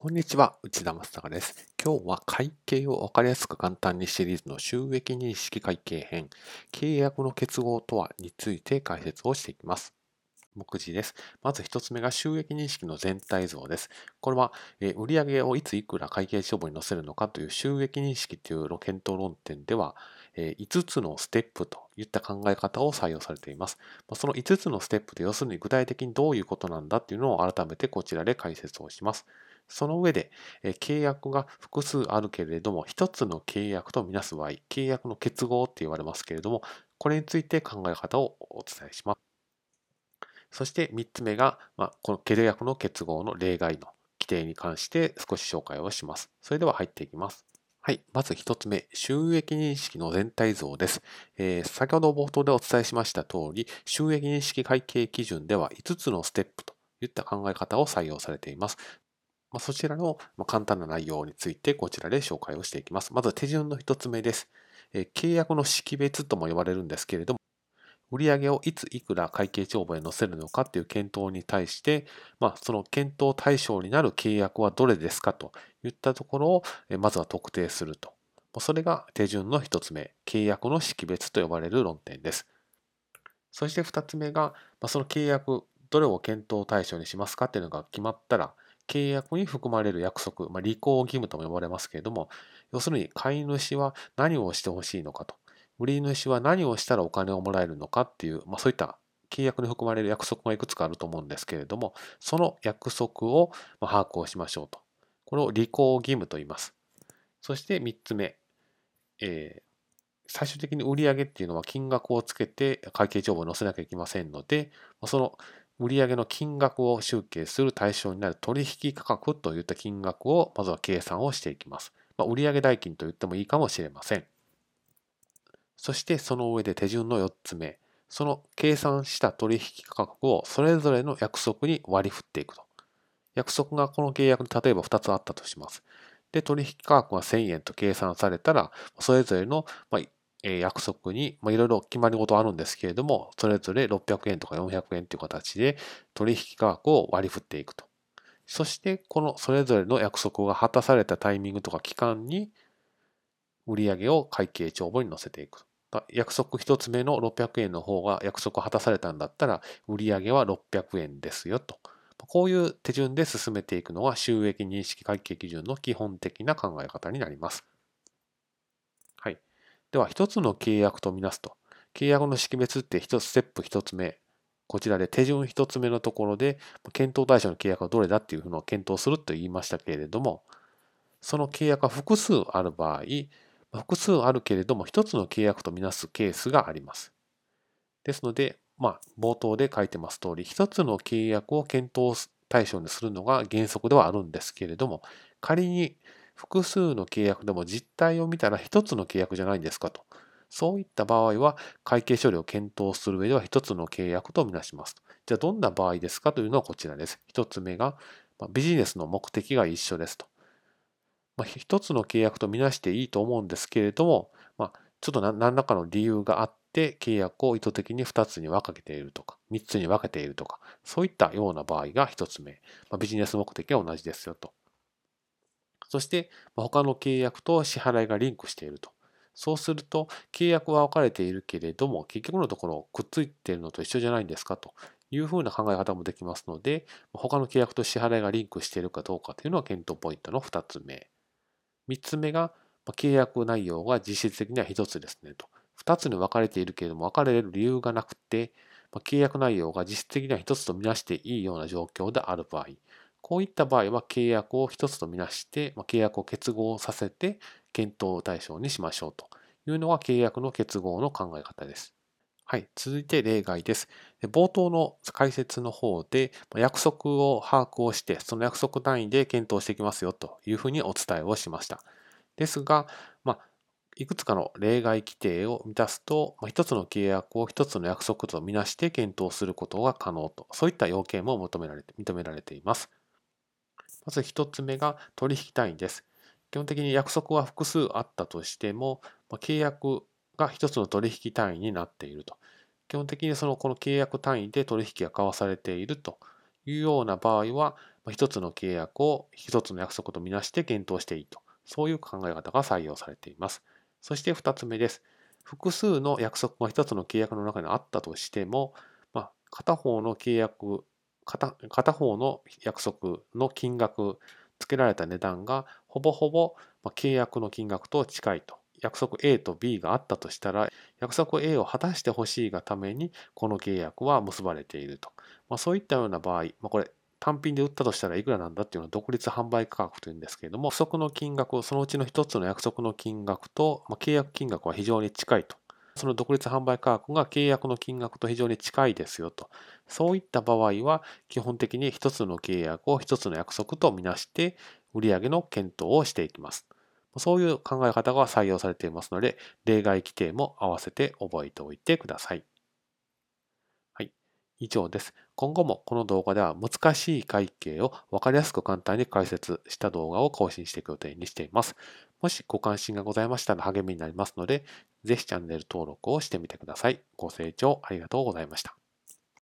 こんにちは、内田正孝です。今日は会計を分かりやすく簡単にシリーズの収益認識会計編、契約の結合とはについて解説をしていきます。目次です。まず一つ目が収益認識の全体像です。これは、売上をいついくら会計帳簿に載せるのかという収益認識という検討論点では、5つのステップといった考え方を採用されています。その5つのステップで要するに具体的にどういうことなんだっていうのを改めてこちらで解説をします。その上で、契約が複数あるけれども、一つの契約とみなす場合、契約の結合って言われますけれども、これについて考え方をお伝えします。そして3つ目が、この契約の結合の例外の規定に関して少し紹介をします。それでは入っていきます。はい。まず1つ目、収益認識の全体像です。先ほど冒頭でお伝えしました通り、収益認識会計基準では5つのステップといった考え方を採用されています。そちらの簡単な内容についてこちらで紹介をしていきます。まず手順の1つ目です。契約の識別とも呼ばれるんですけれども、売上をいついくら会計帳簿へ載せるのかという検討に対して、その検討対象になる契約はどれですかといったところを、まずは特定すると。それが手順の一つ目、契約の識別と呼ばれる論点です。そして二つ目が、その契約、どれを検討対象にしますかっていうのが決まったら、契約に含まれる約束、履行義務とも呼ばれますけれども、要するに買い主は何をしてほしいのかと、売り主は何をしたらお金をもらえるのかっていう、そういった契約に含まれる約束がいくつかあると思うんですけれども、その約束を把握をしましょうと。これを履行義務と言います。そして3つ目、えー最終的に売上っていうのは金額をつけて会計帳簿に載せなきゃいけませんので、その売上の金額を集計する対象になる取引価格といった金額をまずは計算をしていきます。売上代金と言ってもいいかもしれません。そしてその上で手順の4つ目。その計算した取引価格をそれぞれの約束に割り振っていくと。約束がこの契約に例えば2つあったとします。で、取引価格が1000円と計算されたら、それぞれの、約束に、いろいろ決まり事あるんですけれども、それぞれ600円とか400円という形で取引価格を割り振っていくと。そして、このそれぞれの約束が果たされたタイミングとか期間に売上を会計帳簿に載せていく。約束一つ目の600円の方が約束を果たされたんだったら、売上は600円ですよと。こういう手順で進めていくのが収益認識会計基準の基本的な考え方になります。はい。では、一つの契約とみなすと。契約の識別ってステップ一つ目。こちらで手順一つ目のところで、検討対象の契約はどれだっていうのを検討すると言いましたけれども、その契約が複数ある場合、複数あるけれども、一つの契約とみなすケースがあります。ですので、冒頭で書いてます通り、一つの契約を検討対象にするのが原則ではあるんですけれども、仮に複数の契約でも実態を見たら一つの契約じゃないんですかと。そういった場合は、会計処理を検討する上では一つの契約とみなします。じゃあ、どんな場合ですかというのはこちらです。一つ目が、ビジネスの目的が一緒ですと。一つの契約とみなしていいと思うんですけれども、ちょっと何らかの理由があって契約を意図的に2つに分けているとか、3つに分けているとか、そういったような場合が1つ目。ビジネス目的は同じですよと。そして、他の契約と支払いがリンクしていると。そうすると、契約は分かれているけれども、結局のところくっついているのと一緒じゃないんですかというふうな考え方もできますので、他の契約と支払いがリンクしているかどうかというのは検討ポイントの2つ目。3つ目が、契約内容が実質的には1つですねと。2つに分かれているけれども、分かれる理由がなくて、契約内容が実質的には1つとみなしていいような状況である場合、こういった場合は契約を1つとみなして、契約を結合させて検討対象にしましょうというのが契約の結合の考え方です。はい。続いて例外です。冒頭の解説の方で約束を把握をして、その約束単位で検討していきますよというふうにお伝えをしました。ですが、いくつかの例外規定を満たすと、一つの契約を一つの約束とみなして検討することが可能と、そういった要件も認められています。まず一つ目が取引単位です。基本的に約束は複数あったとしても、契約が一つの取引単位になっていると。基本的にこの契約単位で取引が交わされているというような場合は、一つの契約を一つの約束とみなして検討していいと、そういう考え方が採用されています。そして2つ目です。複数の約束が一つの契約の中にあったとしても、片方の片方の約束の金額、付けられた値段がほぼほぼ契約の金額と近いと。約束 A と B があったとしたら、約束 A を果たしてほしいがために、この契約は結ばれていると。そういったような場合、これ、単品で売ったとしたらいくらなんだっていうのを独立販売価格というんですけれども、約束の金額、そのうちの一つの約束の金額と、契約金額は非常に近いと。その独立販売価格が契約の金額と非常に近いですよと。そういった場合は、基本的に一つの契約を一つの約束とみなして、売上の検討をしていきます。そういう考え方が採用されていますので、例外規定も合わせて覚えておいてください。はい。以上です。今後もこの動画では難しい会計を分かりやすく簡単に解説した動画を更新していく予定にしています。もしご関心がございましたら励みになりますので、ぜひチャンネル登録をしてみてください。ご清聴ありがとうございました。